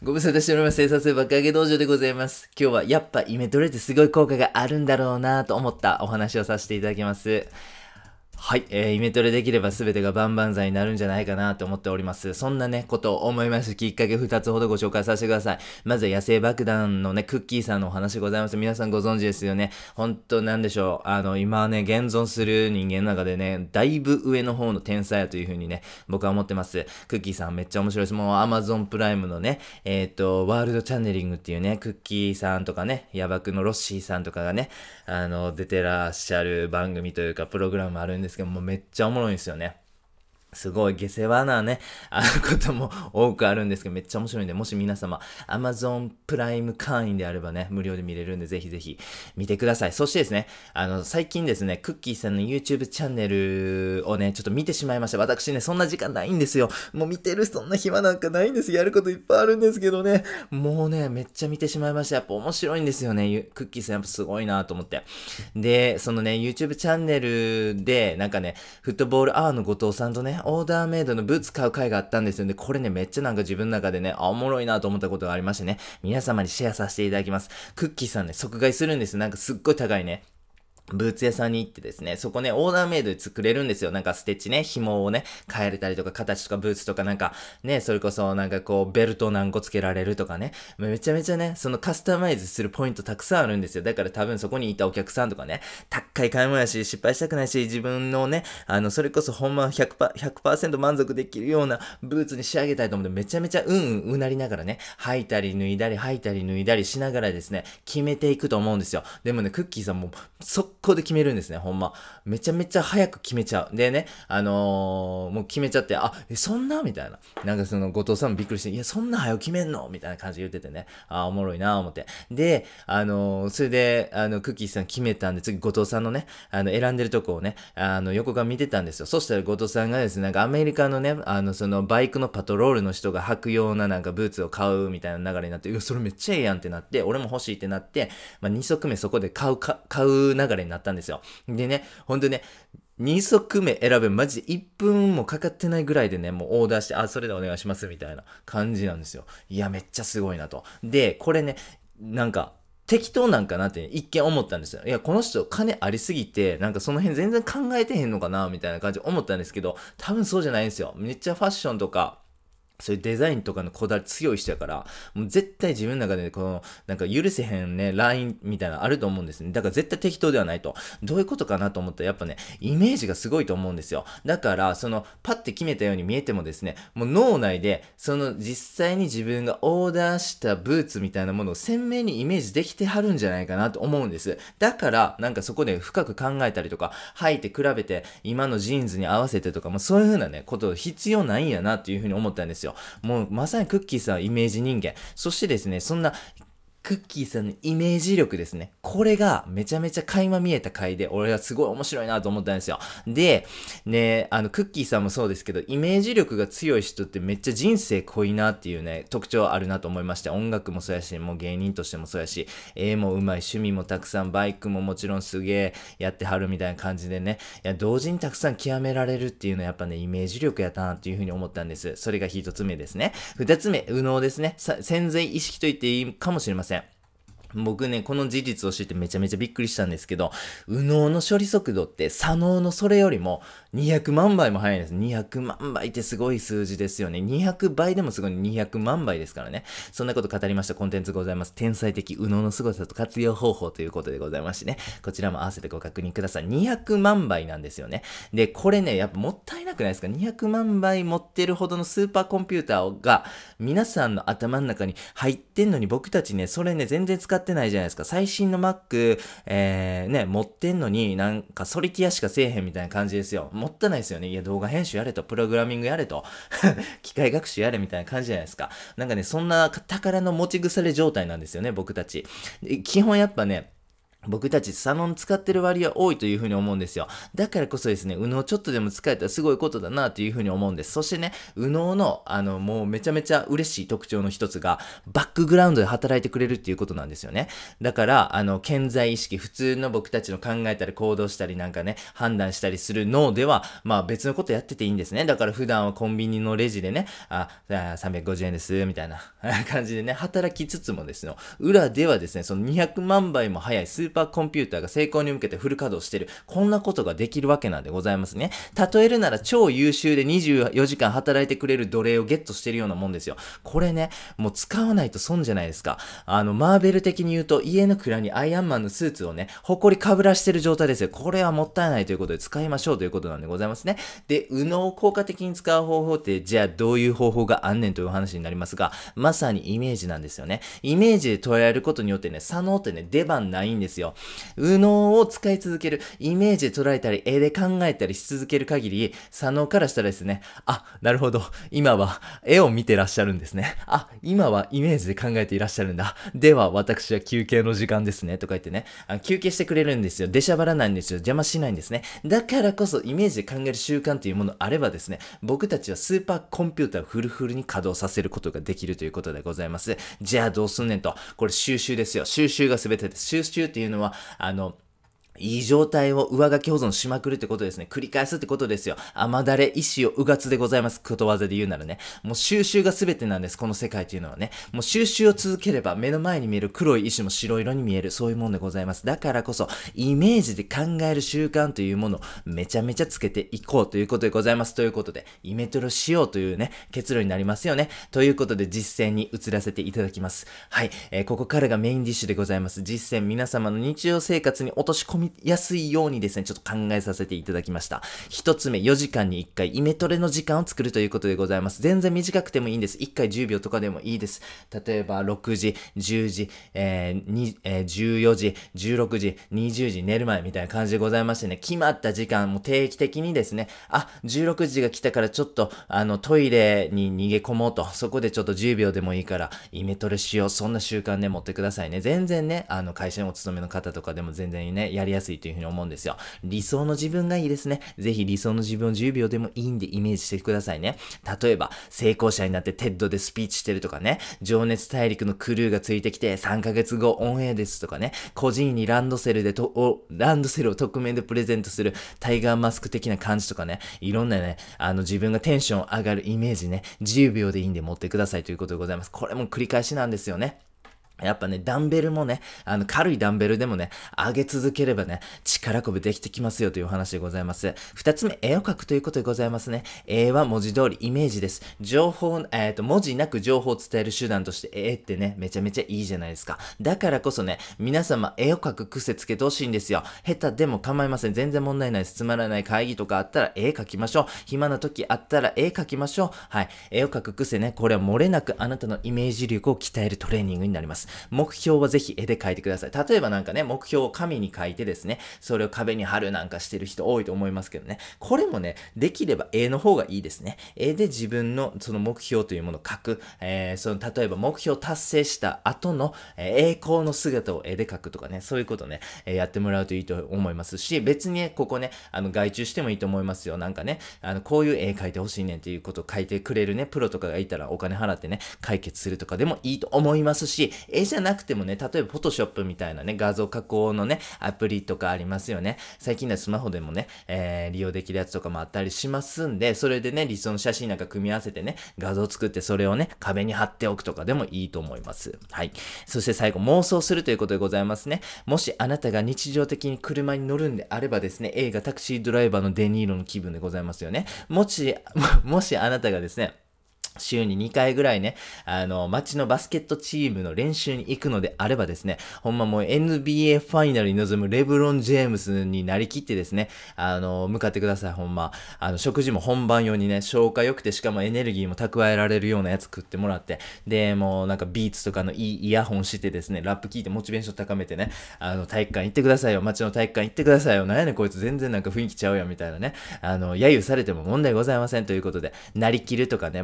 ご無沙汰しております。生産性爆上げ道場でございます。今日はやっぱイメトレってすごい効果があるんだろうなと思ったお話をさせていただきます。はい、イメトレできれば全てが万々歳になるんじゃないかなと思っております。そんなね、ことを思いましたきっかけ2つほどご紹介させてください。まずは野生爆弾のね、クッキーさんのお話でございます。皆さんご存知ですよね。ほんとなんでしょう。今ね、現存する人間の中でね、だいぶ上の方の天才やという風にね、僕は思ってます。クッキーさんめっちゃ面白いです。もう Amazon プライムのね、ワールドチャンネリングっていうね、クッキーさんとかね、ヤバクのロッシーさんとかがね、出てらっしゃる番組というか、プログラムあるんですけども、めっちゃおもろいんですよね。すごい下世話なね、ことも多くあるんですけど、めっちゃ面白いんで、もし皆様、Amazon プライム会員であればね、無料で見れるんで、ぜひぜひ見てください。そしてですね、最近ですね、クッキーさんの YouTube チャンネルをね、ちょっと見てしまいました。私ね、そんな時間ないんですよ。もう見てるそんな暇なんかないんです。やることいっぱいあるんですけどね、もうね、めっちゃ見てしまいました。やっぱ面白いんですよね。クッキーさんやっぱすごいなと思って。で、そのね、YouTube チャンネルで、なんかね、フットボールアワーの後藤さんとね、オーダーメイドのブーツ買う回があったんですよね。これね、めっちゃなんか自分の中でね、おもろいなと思ったことがありましてね、皆様にシェアさせていただきます。クッキーさんね、即買いするんです。なんかすっごい高いね。ブーツ屋さんに行ってですね、そこね、オーダーメイドで作れるんですよ。なんかステッチね、紐をね、変えれたりとか、形とかブーツとかなんか、ね、それこそなんかこう、ベルト何個つけられるとかね、めちゃめちゃね、そのカスタマイズするポイントたくさんあるんですよ。だから多分そこにいたお客さんとかね、高い買い物やし、失敗したくないし、自分のね、それこそほんま100%満足できるようなブーツに仕上げたいと思って、めちゃめちゃうなりながらね、履いたり脱いだり、履いたり脱いだりしながらですね、決めていくと思うんですよ。でもね、クッキーさんも、速攻で決めるんですね、ほんま。めちゃめちゃ早く決めちゃう。でね、もう決めちゃって、そんなみたいな。なんかその、後藤さんもびっくりして、いや、そんな早く決めんのみたいな感じで言っててね、おもろいなぁ思って。で、それで、クッキーさん決めたんで、次、後藤さんのね、選んでるとこをね、横から見てたんですよ。そしたら後藤さんがですね、なんかアメリカのね、その、バイクのパトロールの人が履くようななんかブーツを買うみたいな流れになって、それめっちゃええやんってなって、俺も欲しいってなって、2足目そこで買う流れになったんですよ。でね、ほんとね、2足目選べマジで1分もかかってないぐらいでね、もうオーダーして、それでお願いしますみたいな感じなんですよ。いや、めっちゃすごいなと。で、これね、なんか、適当なんかなって、一見思ったんですよ。いや、この人金ありすぎて、なんかその辺全然考えてへんのかなみたいな感じで思ったんですけど、多分そうじゃないんですよ。めっちゃファッションとか、そういうデザインとかのこだわり強い人やから、もう絶対自分の中でこの、なんか許せへんね、ラインみたいなのあると思うんですね。だから絶対適当ではないと。どういうことかなと思ったら、やっぱね、イメージがすごいと思うんですよ。だから、パッて決めたように見えてもですね、もう脳内で、実際に自分がオーダーしたブーツみたいなものを鮮明にイメージできてはるんじゃないかなと思うんです。だから、なんかそこで深く考えたりとか、履いて比べて、今のジーンズに合わせてとか、もうそういう風なね、こと必要ないんやなっていう風に思ったんですよ。もうまさにクッキーさんはイメージ人間。そしてですね、そんなクッキーさんのイメージ力ですね。これがめちゃめちゃ垣間見えた回で、俺はすごい面白いなと思ったんですよ。で、ね、クッキーさんもそうですけど、イメージ力が強い人ってめっちゃ人生濃いなっていうね、特徴あるなと思いまして、音楽もそうやし、もう芸人としてもそうやし、絵もうまい、趣味もたくさん、バイクももちろんすげえやってはるみたいな感じでね、いや、同時にたくさん極められるっていうのはやっぱね、イメージ力やったなっていうふうに思ったんです。それが一つ目ですね。二つ目、右脳ですね。潜在意識と言っていいかもしれません。僕ね、この事実を知ってめちゃめちゃびっくりしたんですけど、右脳の処理速度って左脳のそれよりも200万倍も速いんです。200万倍ってすごい数字ですよね。200倍でもすごい200万倍ですからね。そんなこと語りましたコンテンツございます。天才的右脳の凄さと活用方法ということでございましてね。こちらも合わせてご確認ください。200万倍なんですよね。で、これね、やっぱもったいなくないですか？ 200 万倍持ってるほどのスーパーコンピューターが皆さんの頭の中に入ってんのに僕たちね、それね、全然使ってないじゃないですか。最新の Mac、持ってんのになんかソリティアしかせえへんみたいな感じですよ。もったいないですよね。いや、動画編集やれと、プログラミングやれと、機械学習やれみたいな感じじゃないですか。なんかね、そんな宝の持ち腐れ状態なんですよね、僕たち。基本やっぱね、 僕たちサロン使ってる割合多いというふうに思うんですよ。だからこそですね、右脳ちょっとでも使えたらすごいことだなというふうに思うんです。そしてね、右脳の、もうめちゃめちゃ嬉しい特徴の一つが、バックグラウンドで働いてくれるっていうことなんですよね。だから、潜在意識、普通の僕たちの考えたり行動したりなんかね、判断したりする脳では、まあ別のことやってていいんですね。だから普段はコンビニのレジでね、350円です、みたいな感じでね、働きつつもですね、裏ではですね、その200万倍も速いスーパーコンピューターが成功に向けてフル稼働してる。こんなことができるわけなんでございますね。例えるなら超優秀で24時間働いてくれる奴隷をゲットしてるようなもんですよ。これね、もう使わないと損じゃないですか。マーベル的に言うと家の蔵にアイアンマンのスーツをね、埃かぶらしてる状態ですよ。これはもったいないということで使いましょうということなんでございますね。で、右脳を効果的に使う方法って、じゃあどういう方法があんねんという話になりますが、まさにイメージなんですよね。イメージで捉えることによってね、左脳ってね、出番ないんですよ。右脳を使い続ける、イメージで捉えたり、絵で考えたりし続ける限り、左脳からしたらですね、あ、なるほど、今は絵を見てらっしゃるんですね。あ、今はイメージで考えていらっしゃるんだ。では、私は休憩の時間ですね。とか言ってね、休憩してくれるんですよ。出しゃばらないんですよ。邪魔しないんですね。だからこそ、イメージで考える習慣というものあればですね、僕たちはスーパーコンピューターをフルフルに稼働させることができるということでございます。じゃあどうすんねんと。これ収集ですよ。収集が全てです。収集っていうのは、いい状態を上書き保存しまくるってことですね。繰り返すってことですよ。甘だれ、石をうがつでございます。ことわざで言うならね。もう収集が全てなんです。この世界っていうのはね。もう収集を続ければ目の前に見える黒い石も白色に見える。そういうもんでございます。だからこそ、イメージで考える習慣というものをめちゃめちゃつけていこうということでございます。ということで、イメトレしようというね、結論になりますよね。ということで、実践に移らせていただきます。はい。ここからがメインディッシュでございます。実践、皆様の日常生活に落とし込みやすいようにですね、ちょっと考えさせていただきました。一つ目、4時間に1回イメトレの時間を作るということでございます。全然短くてもいいんです。1回10秒とかでもいいです。例えば、6時、10時、14時、16時、20時、寝る前みたいな感じでございましてね、決まった時間も定期的にですね、16時が来たからちょっと、トイレに逃げ込もうと、そこでちょっと10秒でもいいから、イメトレしよう。そんな習慣ね、持ってくださいね。全然ね、会社にお勤めの方とかでも全然ね、やりやすいというふうに思うんですよ。理想の自分がいいですね。ぜひ理想の自分を10秒でもいいんでイメージしてくださいね。例えば、成功者になってテッドでスピーチしてるとかね、情熱大陸のクルーがついてきて3ヶ月後オンエアですとかね、個人にランドセルを匿名でプレゼントするタイガーマスク的な感じとかね、いろんなね、自分がテンション上がるイメージね、10秒でいいんで持ってくださいということでございます。これも繰り返しなんですよね。やっぱね、ダンベルもね、軽いダンベルでもね、上げ続ければね、力こぶできてきますよというお話でございます。二つ目、絵を描くということでございますね。絵は文字通りイメージです。文字なく情報を伝える手段として絵ってね、めちゃめちゃいいじゃないですか。だからこそね、皆様絵を描く癖つけてほしいんですよ。下手でも構いません。全然問題ないです。つまらない会議とかあったら絵描きましょう。暇な時あったら絵描きましょう。はい。絵を描く癖ね、これは漏れなくあなたのイメージ力を鍛えるトレーニングになります。目標はぜひ絵で描いてください。例えばなんかね、目標を紙に書いてですね、それを壁に貼るなんかしてる人多いと思いますけどね。これもね、できれば絵の方がいいですね。絵で自分のその目標というものを書く。例えば目標達成した後の、栄光の姿を絵で描くとかね、そういうことね、やってもらうといいと思いますし、別にね、ここね、外注してもいいと思いますよ。なんかね、こういう絵描いてほしいねんっていうことを書いてくれるね、プロとかがいたらお金払ってね、解決するとかでもいいと思いますし、絵じゃなくてもね、例えばフォトショップみたいなね、画像加工のね、アプリとかありますよね。最近のスマホでもね、利用できるやつとかもあったりしますんで、それでね、理想の写真なんか組み合わせてね、画像を作ってそれをね、壁に貼っておくとかでもいいと思います。はい。そして最後、妄想するということでございますね。もしあなたが日常的に車に乗るんであればですね、映画タクシードライバーのデニーロの気分でございますよね。もしあなたがですね、週に2回ぐらいね、街のバスケットチームの練習に行くのであればですね、ほんまもう NBA ファイナルに臨むレブロン・ジェームスになりきってですね、向かってください、ほんま。食事も本番用にね、消化良くてしかもエネルギーも蓄えられるようなやつ食ってもらって、で、もうなんかビーツとかのいいイヤホンしてですね、ラップ聞いてモチベーション高めてね、体育館行ってくださいよ、街の体育館行ってくださいよ、なんやねんこいつ全然なんか雰囲気ちゃうやんみたいなね、揶揄されても問題ございませんということで、なりきるとかね、妄想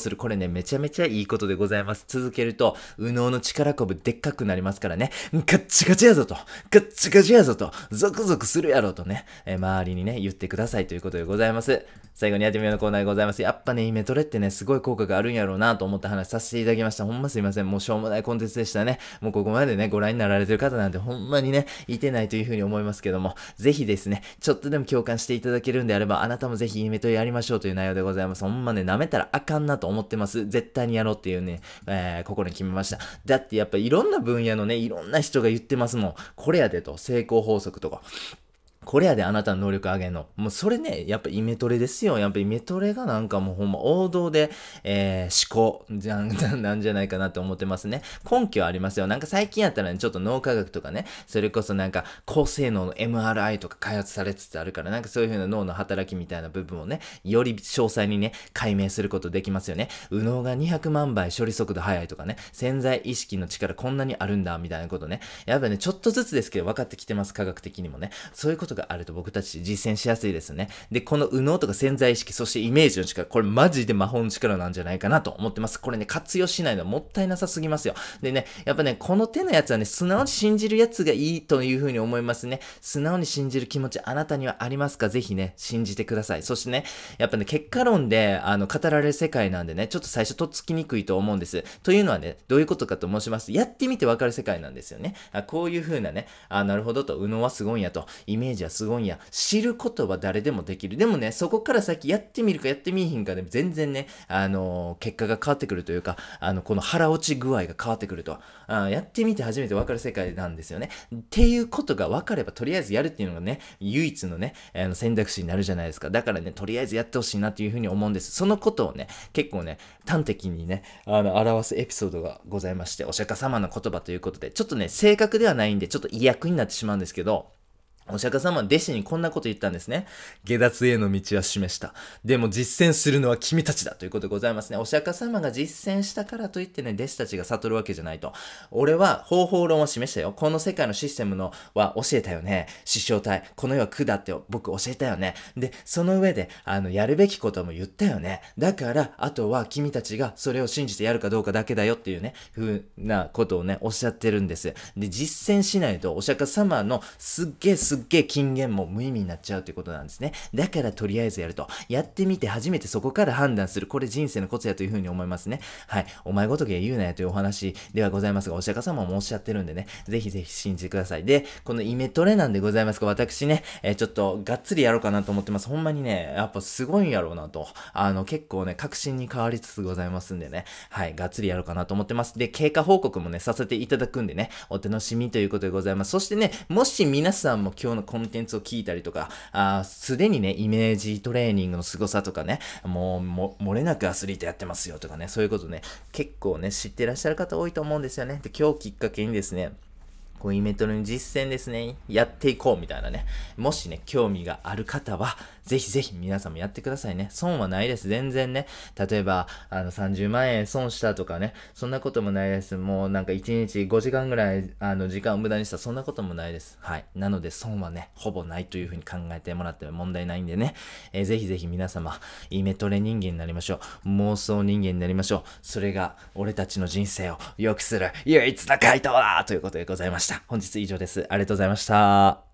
する。これね、めちゃめちゃいいことでございます。続けると、右脳の力こぶでっかくなりますからね。ガッチガチやぞと、ガッチガチやぞと、ゾクゾクするやろとね、周りにね、言ってくださいということでございます。最後にやってみようのコーナーでございます。やっぱね、イメトレってね、すごい効果があるんやろうなと思った話させていただきました。ほんますいません。もうしょうもないコンテンツでしたね。もうここまでね、ご覧になられてる方なんてほんまにね、いてないというふうに思いますけども、ぜひですね、ちょっとでも共感していただけるんであれば、あなたもぜひイメトレやりましょうという内容でございます。ほんまね、舐めたらあかんなと思ってます。絶対にやろうっていうね、心に決めました。だってやっぱいろんな分野のね、いろんな人が言ってますもん。これやでと、成功法則とか。これやであなたの能力上げんの。もうそれね、やっぱイメトレですよ。やっぱイメトレがなんかもうほんま王道で、思考なんじゃないかなと思ってますね。根拠ありますよ。なんか最近やったらね、ちょっと脳科学とかね、それこそなんか高性能の MRI とか開発されつつあるから、なんかそういう風な脳の働きみたいな部分をね、より詳細にね、解明することできますよね。右脳が200万倍処理速度速いとかね、潜在意識の力こんなにあるんだ、みたいなことね。やっぱね、ちょっとずつですけど分かってきてます、科学的にもね。そういうことがあると僕たち実践しやすいですね。で、この右脳とか潜在意識、そしてイメージの力、これマジで魔法の力なんじゃないかなと思ってます。これね、活用しないのはもったいなさすぎますよ。でね、やっぱね、この手のやつはね、素直に信じるやつがいいというふうに思いますね。素直に信じる気持ち、あなたにはありますか？ぜひね、信じてください。そしてね、やっぱね、結果論で、語られる世界なんでね、ちょっと最初とっつきにくいと思うんです。というのはね、どういうことかと申します。やってみてわかる世界なんですよね。こういう風なね、なるほどと、右脳はすごいんやと、イメージはすごいんや、知ることは誰でもできる。でもね、そこから先やってみるかやってみいひんかで全然ね、結果が変わってくるというか、この腹落ち具合が変わってくると。やってみて初めて分かる世界なんですよね。っていうことが分かれば、とりあえずやるっていうのがね、唯一のね、選択肢になるじゃないですか。だからね、とりあえずやってほしいなっていうふうに思うんです。そのことをね、結構ね、端的にね、表すエピソードがございまして、お釈迦様の言葉ということで、ちょっとね、正確ではないんで、ちょっと意訳になってしまうんですけど、お釈迦様は弟子にこんなこと言ったんですね。下脱への道は示した。でも実践するのは君たちだということでございますね。お釈迦様が実践したからといってね、弟子たちが悟るわけじゃないと。俺は方法論を示したよ。この世界のシステムのは教えたよね。師匠体。この世は苦だって僕教えたよね。で、その上で、やるべきことも言ったよね。だから、あとは君たちがそれを信じてやるかどうかだけだよっていうね、ふうなことをね、おっしゃってるんです。で、実践しないとお釈迦様のすっげえ金言も無意味になっちゃうということなんですね。だからとりあえずやると。やってみて初めてそこから判断する。これ人生のコツやというふうに思いますね。はい。お前ごときが言うなよというお話ではございますが、お釈迦様もおっしゃってるんでね、ぜひぜひ信じてください。で、このイメトレなんでございますが、私ね、ちょっとがっつりやろうかなと思ってます。ほんまにね、やっぱすごいんやろうなと。結構ね、確信に変わりつつございますんでね、はい。がっつりやろうかなと思ってます。で、経過報告もね、させていただくんでね、お楽しみということでございます。そしてね、もし皆さんも今日のコンテンツを聞いたりとか、すでにね、イメージトレーニングの凄さとかね、漏れなくアスリートやってますよとかね、そういうことね、結構ね、知ってらっしゃる方多いと思うんですよね。で、今日きっかけにですね、こうイメトレの実践ですね、やっていこうみたいなね。もしね、興味がある方は、ぜひぜひ皆さんもやってくださいね。損はないです。全然ね。例えば、30万円損したとかね。そんなこともないです。もうなんか1日5時間ぐらい、時間を無駄にした。そんなこともないです。はい。なので、損はね、ほぼないというふうに考えてもらっても問題ないんでね。ぜひぜひ皆様、イメトレ人間になりましょう。妄想人間になりましょう。それが、俺たちの人生を良くする唯一の回答だということでございました。本日以上です。ありがとうございました。